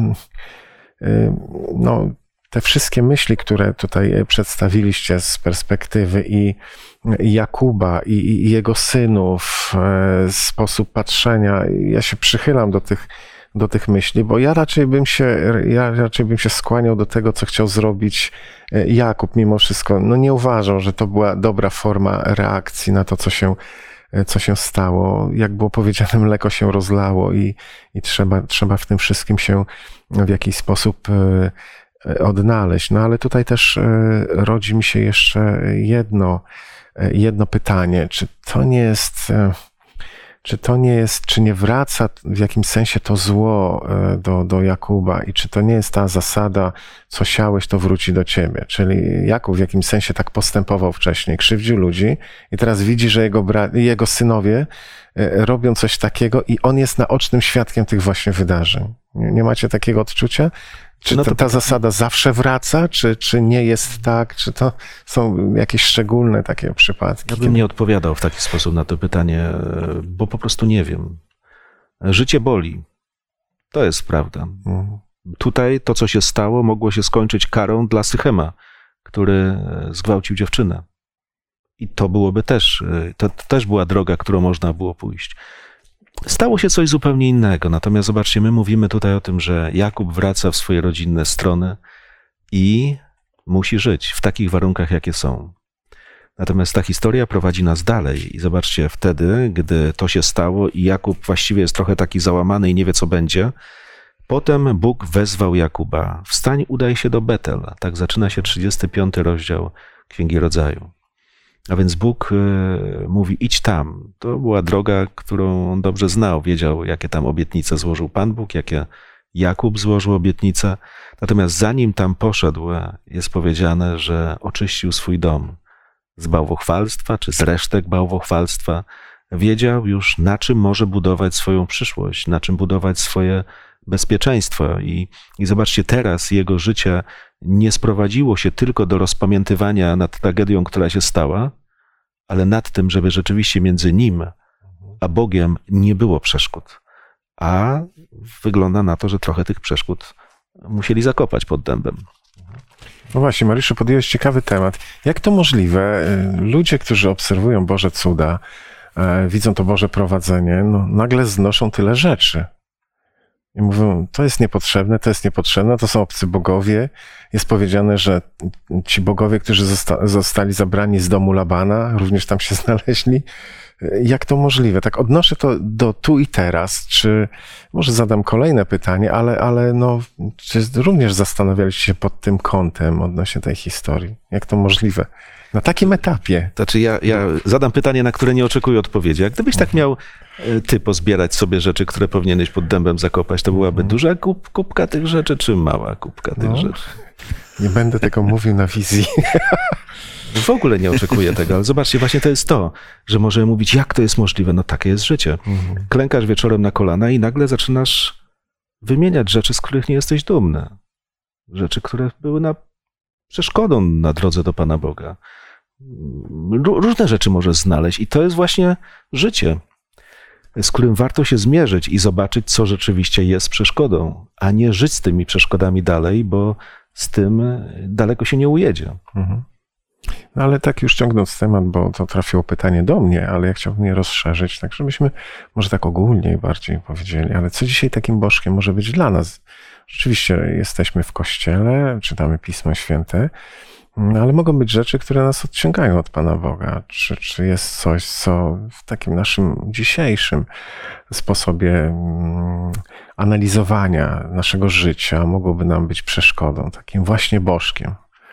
te wszystkie myśli, które tutaj przedstawiliście z perspektywy i Jakuba i jego synów, sposób patrzenia, ja się przychylam do tych myśli, bo ja raczej bym się skłaniał do tego, co chciał zrobić Jakub mimo wszystko. Nie uważam, że to była dobra forma reakcji na to, co się stało. Jak było powiedziane, mleko się rozlało i trzeba w tym wszystkim się w jakiś sposób odnaleźć. Ale tutaj też rodzi mi się jeszcze jedno pytanie. Czy nie wraca w jakimś sensie to zło do Jakuba i czy to nie jest ta zasada, co siałeś, to wróci do ciebie? Czyli Jakub w jakimś sensie tak postępował wcześniej, krzywdził ludzi i teraz widzi, że jego synowie robią coś takiego i on jest naocznym świadkiem tych właśnie wydarzeń. Nie macie takiego odczucia? Czy ta zasada zawsze wraca, czy nie jest tak? Czy to są jakieś szczególne takie przypadki? Ja bym nie odpowiadał w taki sposób na to pytanie, bo po prostu nie wiem. Życie boli. To jest prawda. Tutaj to, co się stało, mogło się skończyć karą dla Sychema, który zgwałcił dziewczynę. I to byłoby to też była droga, którą można było pójść. Stało się coś zupełnie innego, natomiast zobaczcie, my mówimy tutaj o tym, że Jakub wraca w swoje rodzinne strony i musi żyć w takich warunkach, jakie są. Natomiast ta historia prowadzi nas dalej i zobaczcie, wtedy, gdy to się stało i Jakub właściwie jest trochę taki załamany i nie wie, co będzie, potem Bóg wezwał Jakuba. Wstań, udaj się do Betel. Tak zaczyna się 35 rozdział Księgi Rodzaju. A więc Bóg mówi, idź tam. To była droga, którą on dobrze znał. Wiedział, jakie tam obietnice złożył Pan Bóg, jakie Jakub złożył obietnice. Natomiast zanim tam poszedł, jest powiedziane, że oczyścił swój dom z bałwochwalstwa, czy z resztek bałwochwalstwa, wiedział już, na czym może budować swoją przyszłość, na czym budować swoje bezpieczeństwo. I zobaczcie, teraz jego życie nie sprowadziło się tylko do rozpamiętywania nad tragedią, która się stała, ale nad tym, żeby rzeczywiście między nim a Bogiem nie było przeszkód. A wygląda na to, że trochę tych przeszkód musieli zakopać pod dębem. No właśnie, Mariuszu, podjąłeś ciekawy temat. Jak to możliwe? Ludzie, którzy obserwują Boże cuda, widzą to Boże prowadzenie, no, nagle znoszą tyle rzeczy. I mówią, to jest niepotrzebne, to są obcy bogowie. Jest powiedziane, że ci bogowie, którzy zostali zabrani z domu Labana, również tam się znaleźli. Jak to możliwe? Tak odnoszę to do tu i teraz. Czy może zadam kolejne pytanie, ale no, czy również zastanawialiście się pod tym kątem odnośnie tej historii? Jak to możliwe? Na takim etapie. Znaczy ja zadam pytanie, na które nie oczekuję odpowiedzi. Jak gdybyś tak miał ty pozbierać sobie rzeczy, które powinieneś pod dębem zakopać, to byłaby duża kubka tych rzeczy, czy mała kubka tych rzeczy? Nie będę tego mówił na wizji. W ogóle nie oczekuję tego, ale zobaczcie, właśnie to jest to, że możemy mówić, jak to jest możliwe. No takie jest życie. Klękasz wieczorem na kolana i nagle zaczynasz wymieniać rzeczy, z których nie jesteś dumny. Rzeczy, które były przeszkodą na drodze do Pana Boga. Różne rzeczy możesz znaleźć i to jest właśnie życie, z którym warto się zmierzyć i zobaczyć, co rzeczywiście jest przeszkodą, a nie żyć z tymi przeszkodami dalej, bo z tym daleko się nie ujedzie. No ale tak już ciągnąc temat, bo to trafiło pytanie do mnie, ale ja chciałbym je rozszerzyć, tak żebyśmy może tak ogólniej bardziej powiedzieli, ale co dzisiaj takim bożkiem może być dla nas? Rzeczywiście jesteśmy w kościele, czytamy Pismo Święte, ale mogą być rzeczy, które nas odciągają od Pana Boga. Czy jest coś, co w takim naszym dzisiejszym sposobie analizowania naszego życia mogłoby nam być przeszkodą, takim właśnie bożkiem?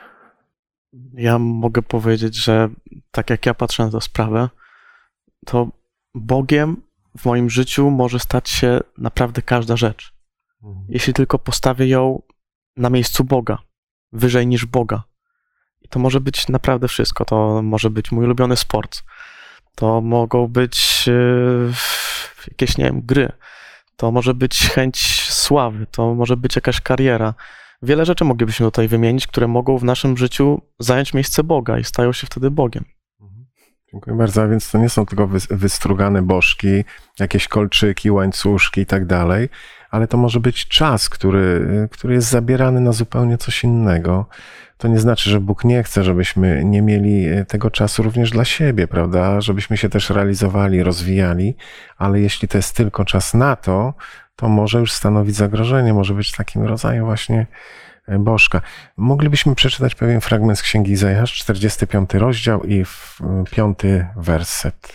Ja mogę powiedzieć, że tak jak ja patrzę na tę sprawę, to Bogiem w moim życiu może stać się naprawdę każda rzecz. Jeśli tylko postawię ją na miejscu Boga, wyżej niż Boga. I to może być naprawdę wszystko. To może być mój ulubiony sport. To mogą być jakieś, nie wiem, gry. To może być chęć sławy. To może być jakaś kariera. Wiele rzeczy moglibyśmy tutaj wymienić, które mogą w naszym życiu zająć miejsce Boga i stają się wtedy Bogiem. Dziękuję bardzo. A więc to nie są tylko wystrugane bożki, jakieś kolczyki, łańcuszki i tak dalej, ale to może być czas, który jest zabierany na zupełnie coś innego. To nie znaczy, że Bóg nie chce, żebyśmy nie mieli tego czasu również dla siebie, prawda? Żebyśmy się też realizowali, rozwijali, ale jeśli to jest tylko czas na to, to może już stanowić zagrożenie, może być takim rodzajem właśnie bożka. Moglibyśmy przeczytać pewien fragment z Księgi Izajasz, 45 rozdział i 5 werset.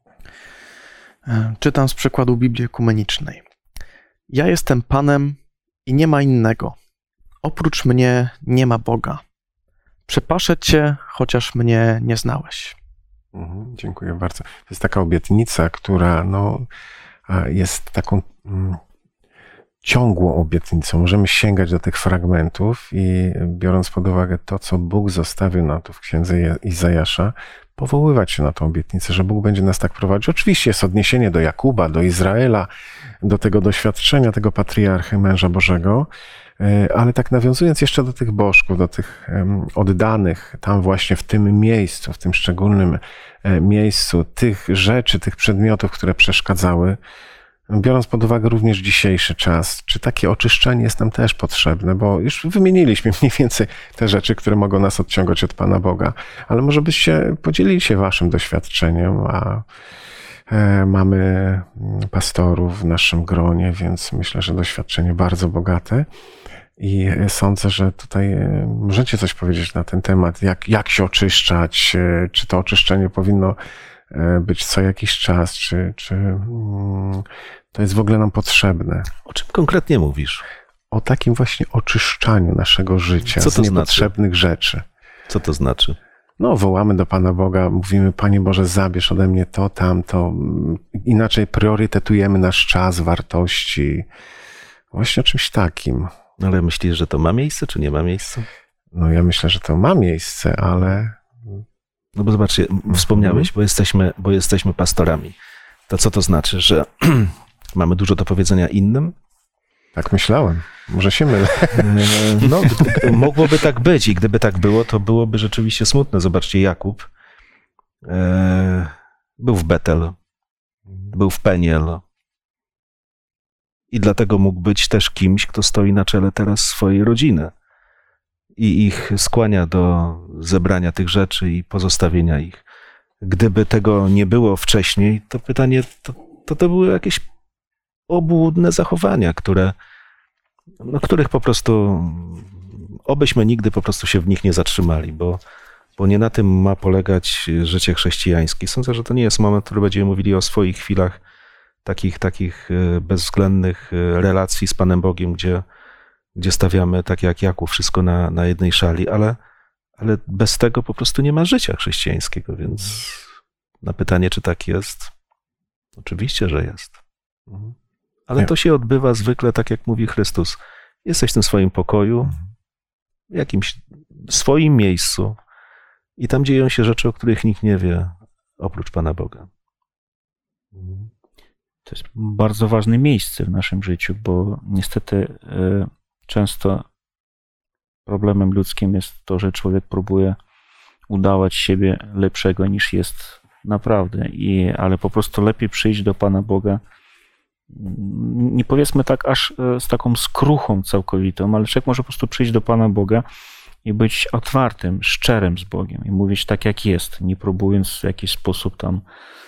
Czytam z przykładu Biblii Ekumenicznej. Ja jestem Panem i nie ma innego. Oprócz mnie nie ma Boga. Przepaszę Cię, chociaż mnie nie znałeś. Dziękuję bardzo. To jest taka obietnica, która jest taką ciągłą obietnicą. Możemy sięgać do tych fragmentów i biorąc pod uwagę to, co Bóg zostawił nam tu w Księdze Izajasza, powoływać się na tą obietnicę, że Bóg będzie nas tak prowadził. Oczywiście jest odniesienie do Jakuba, do Izraela, do tego doświadczenia tego patriarchy, męża Bożego, ale tak nawiązując jeszcze do tych bożków, do tych oddanych tam właśnie w tym miejscu, w tym szczególnym miejscu, tych rzeczy, tych przedmiotów, które przeszkadzały, biorąc pod uwagę również dzisiejszy czas, czy takie oczyszczenie jest nam też potrzebne, bo już wymieniliśmy mniej więcej te rzeczy, które mogą nas odciągać od Pana Boga, ale może byście podzielili się waszym doświadczeniem, a mamy pastorów w naszym gronie, więc myślę, że doświadczenie bardzo bogate i sądzę, że tutaj możecie coś powiedzieć na ten temat, jak się oczyszczać, czy to oczyszczenie powinno być co jakiś czas, czy to jest w ogóle nam potrzebne. O czym konkretnie mówisz? O takim właśnie oczyszczaniu naszego życia z niepotrzebnych rzeczy. Co to znaczy? Wołamy do Pana Boga, mówimy, Panie Boże, zabierz ode mnie to, tamto. Inaczej priorytetujemy nasz czas, wartości. Właśnie o czymś takim. Ale myślisz, że to ma miejsce, czy nie ma miejsca? Ja myślę, że to ma miejsce, ale No bo zobaczcie, wspomniałeś, bo jesteśmy pastorami. To co to znaczy, że mamy dużo do powiedzenia innym? Tak myślałem. Może się mylę. No, mogłoby tak być i gdyby tak było, to byłoby rzeczywiście smutne. Zobaczcie, Jakub był w Betel, był w Peniel i dlatego mógł być też kimś, kto stoi na czele teraz swojej rodziny i ich skłania do zebrania tych rzeczy i pozostawienia ich. Gdyby tego nie było wcześniej, to pytanie, to były jakieś obłudne zachowania, których po prostu obyśmy nigdy po prostu się w nich nie zatrzymali, bo nie na tym ma polegać życie chrześcijańskie. Sądzę, że to nie jest moment, w którym będziemy mówili o swoich chwilach takich bezwzględnych relacji z Panem Bogiem, gdzie stawiamy, tak jak Jakub, wszystko na jednej szali, ale bez tego po prostu nie ma życia chrześcijańskiego, więc na pytanie, czy tak jest, oczywiście, że jest. Ale to się odbywa zwykle tak, jak mówi Chrystus. Jesteś w tym swoim pokoju, w jakimś swoim miejscu i tam dzieją się rzeczy, o których nikt nie wie, oprócz Pana Boga. To jest bardzo ważne miejsce w naszym życiu, bo niestety często problemem ludzkim jest to, że człowiek próbuje udawać siebie lepszego niż jest naprawdę, ale po prostu lepiej przyjść do Pana Boga, nie powiedzmy tak aż z taką skruchą całkowitą, ale człowiek może po prostu przyjść do Pana Boga i być otwartym, szczerym z Bogiem i mówić tak jak jest, nie próbując w jakiś sposób tam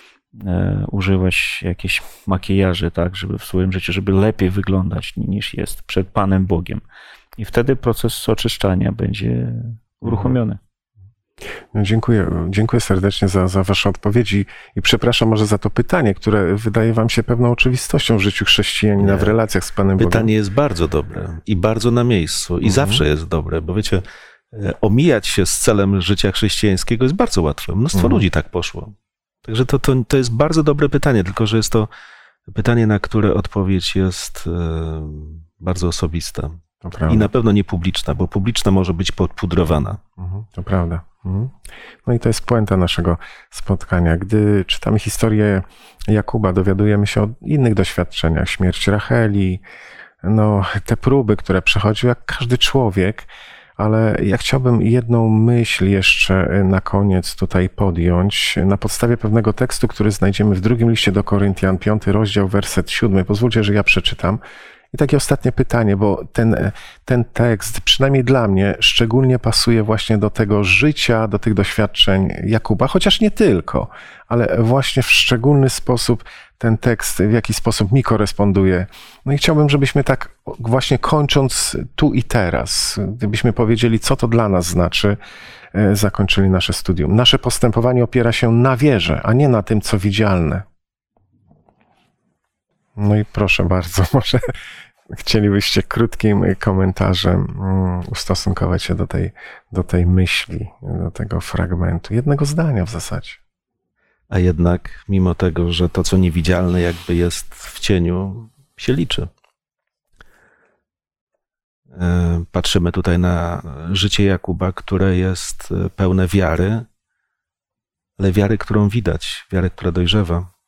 używać jakichś makijaży, tak, żeby w swoim życiu, żeby lepiej wyglądać niż jest przed Panem Bogiem. I wtedy proces oczyszczania będzie uruchomiony. No, dziękuję serdecznie za wasze odpowiedzi i przepraszam może za to pytanie, które wydaje wam się pewną oczywistością w życiu chrześcijanina, w relacjach z Panem Bogiem. Pytanie jest bardzo dobre i bardzo na miejscu i zawsze jest dobre, bo wiecie, omijać się z celem życia chrześcijańskiego jest bardzo łatwe. Mnóstwo ludzi tak poszło. Także to jest bardzo dobre pytanie, tylko że jest to pytanie, na które odpowiedź jest bardzo osobista. I na pewno nie publiczna, bo publiczna może być podpudrowana. To prawda. No i to jest puenta naszego spotkania. Gdy czytamy historię Jakuba, dowiadujemy się o innych doświadczeniach. Śmierć Racheli, te próby, które przechodził jak każdy człowiek, ale ja chciałbym jedną myśl jeszcze na koniec tutaj podjąć na podstawie pewnego tekstu, który znajdziemy w drugim liście do Koryntian, 5 rozdział, werset 7. Pozwólcie, że ja przeczytam. I takie ostatnie pytanie, bo ten tekst, przynajmniej dla mnie, szczególnie pasuje właśnie do tego życia, do tych doświadczeń Jakuba, chociaż nie tylko, ale właśnie w szczególny sposób ten tekst w jakiś sposób mi koresponduje. No i chciałbym, żebyśmy tak właśnie kończąc tu i teraz, gdybyśmy powiedzieli, co to dla nas znaczy, zakończyli nasze studium. Nasze postępowanie opiera się na wierze, a nie na tym, co widzialne. No i proszę bardzo, może chcielibyście krótkim komentarzem ustosunkować się do tej myśli, do tego fragmentu, jednego zdania w zasadzie. A jednak, mimo tego, że to, co niewidzialne jakby jest w cieniu, się liczy. Patrzymy tutaj na życie Jakuba, które jest pełne wiary, ale wiary, którą widać, wiary, która dojrzewa.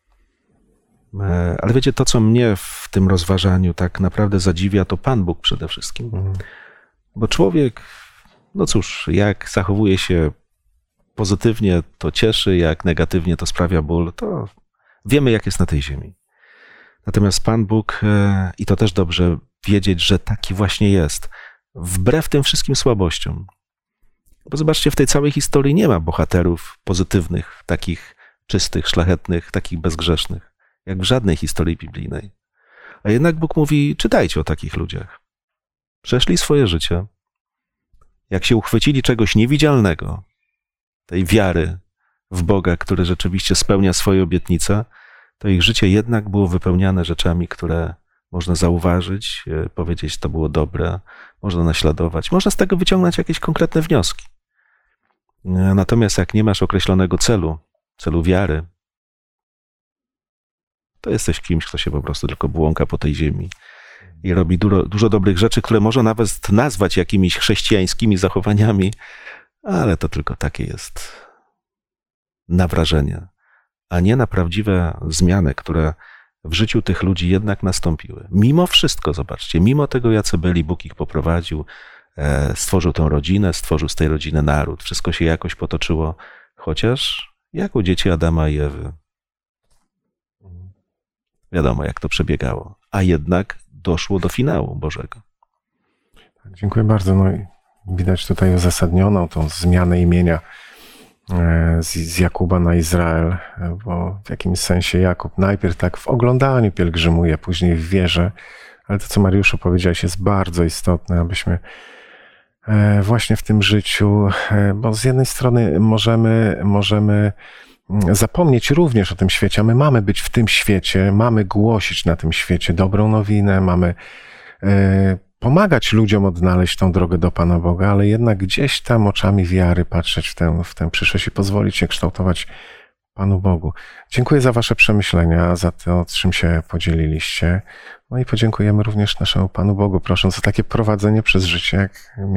Ale wiecie, to co mnie w tym rozważaniu tak naprawdę zadziwia, to Pan Bóg przede wszystkim. Bo człowiek, no cóż, jak zachowuje się pozytywnie, to cieszy, jak negatywnie, to sprawia ból, to wiemy, jak jest na tej ziemi. Natomiast Pan Bóg, i to też dobrze wiedzieć, że taki właśnie jest, wbrew tym wszystkim słabościom. Bo zobaczcie, w tej całej historii nie ma bohaterów pozytywnych, takich czystych, szlachetnych, takich bezgrzesznych, jak w żadnej historii biblijnej. A jednak Bóg mówi, czytajcie o takich ludziach. Przeszli swoje życie. Jak się uchwycili czegoś niewidzialnego, tej wiary w Boga, który rzeczywiście spełnia swoje obietnice, to ich życie jednak było wypełniane rzeczami, które można zauważyć, powiedzieć, to było dobre, można naśladować, można z tego wyciągnąć jakieś konkretne wnioski. Natomiast jak nie masz określonego celu wiary, to jesteś kimś, kto się po prostu tylko błąka po tej ziemi i robi dużo dobrych rzeczy, które można nawet nazwać jakimiś chrześcijańskimi zachowaniami, ale to tylko takie jest na wrażenie, a nie na prawdziwe zmiany, które w życiu tych ludzi jednak nastąpiły. Mimo wszystko, zobaczcie, mimo tego, jacy byli, Bóg ich poprowadził, stworzył tę rodzinę, stworzył z tej rodziny naród. Wszystko się jakoś potoczyło, chociaż jak u dzieci Adama i Ewy. Wiadomo, jak to przebiegało. A jednak doszło do finału Bożego. Dziękuję bardzo. No i widać tutaj uzasadnioną tą zmianę imienia z Jakuba na Izrael, bo w jakimś sensie Jakub najpierw tak w oglądaniu pielgrzymuje, później w wierze, ale to, co Mariuszu powiedziałeś, jest bardzo istotne, abyśmy właśnie w tym życiu, bo z jednej strony możemy zapomnieć również o tym świecie, a my mamy być w tym świecie, mamy głosić na tym świecie dobrą nowinę, mamy pomagać ludziom odnaleźć tą drogę do Pana Boga, ale jednak gdzieś tam oczami wiary patrzeć w tę przyszłość i pozwolić się kształtować Panu Bogu. Dziękuję za wasze przemyślenia, za to, czym się podzieliliście. No i podziękujemy również naszemu Panu Bogu, prosząc o takie prowadzenie przez życie,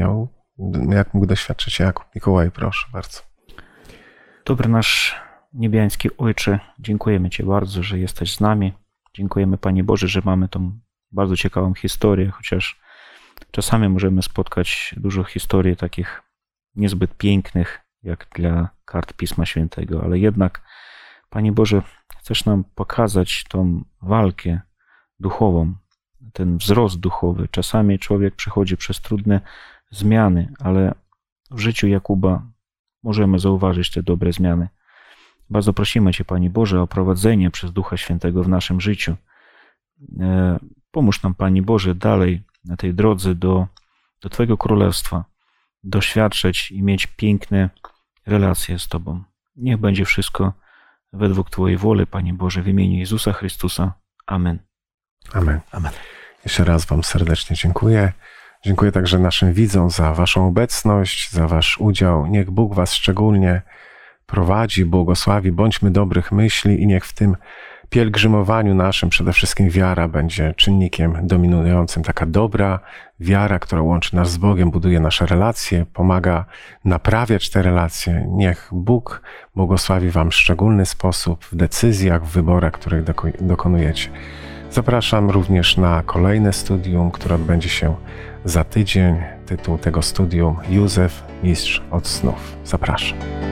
jak mógł doświadczyć Jakub. Mikołaj, proszę bardzo. Dobry nasz niebiański Ojcze, dziękujemy Ci bardzo, że jesteś z nami. Dziękujemy, Panie Boże, że mamy tą bardzo ciekawą historię, chociaż czasami możemy spotkać dużo historii takich niezbyt pięknych, jak dla kart Pisma Świętego, ale jednak, Panie Boże, chcesz nam pokazać tą walkę duchową, ten wzrost duchowy. Czasami człowiek przechodzi przez trudne zmiany, ale w życiu Jakuba możemy zauważyć te dobre zmiany. Bardzo prosimy Cię, Panie Boże, o prowadzenie przez Ducha Świętego w naszym życiu. Pomóż nam, Panie Boże, dalej na tej drodze do Twojego Królestwa doświadczać i mieć piękne relacje z Tobą. Niech będzie wszystko według Twojej woli, Panie Boże, w imieniu Jezusa Chrystusa. Amen. Amen. Amen. Jeszcze raz wam serdecznie dziękuję. Dziękuję także naszym widzom za waszą obecność, za wasz udział. Niech Bóg was szczególnie prowadzi, błogosławi. Bądźmy dobrych myśli i niech w tym pielgrzymowaniu naszym przede wszystkim wiara będzie czynnikiem dominującym. Taka dobra wiara, która łączy nas z Bogiem, buduje nasze relacje, pomaga naprawiać te relacje. Niech Bóg błogosławi wam w szczególny sposób w decyzjach, w wyborach, których dokonujecie. Zapraszam również na kolejne studium, które odbędzie się za tydzień. Tytuł tego studium: Józef, mistrz od snów. Zapraszam.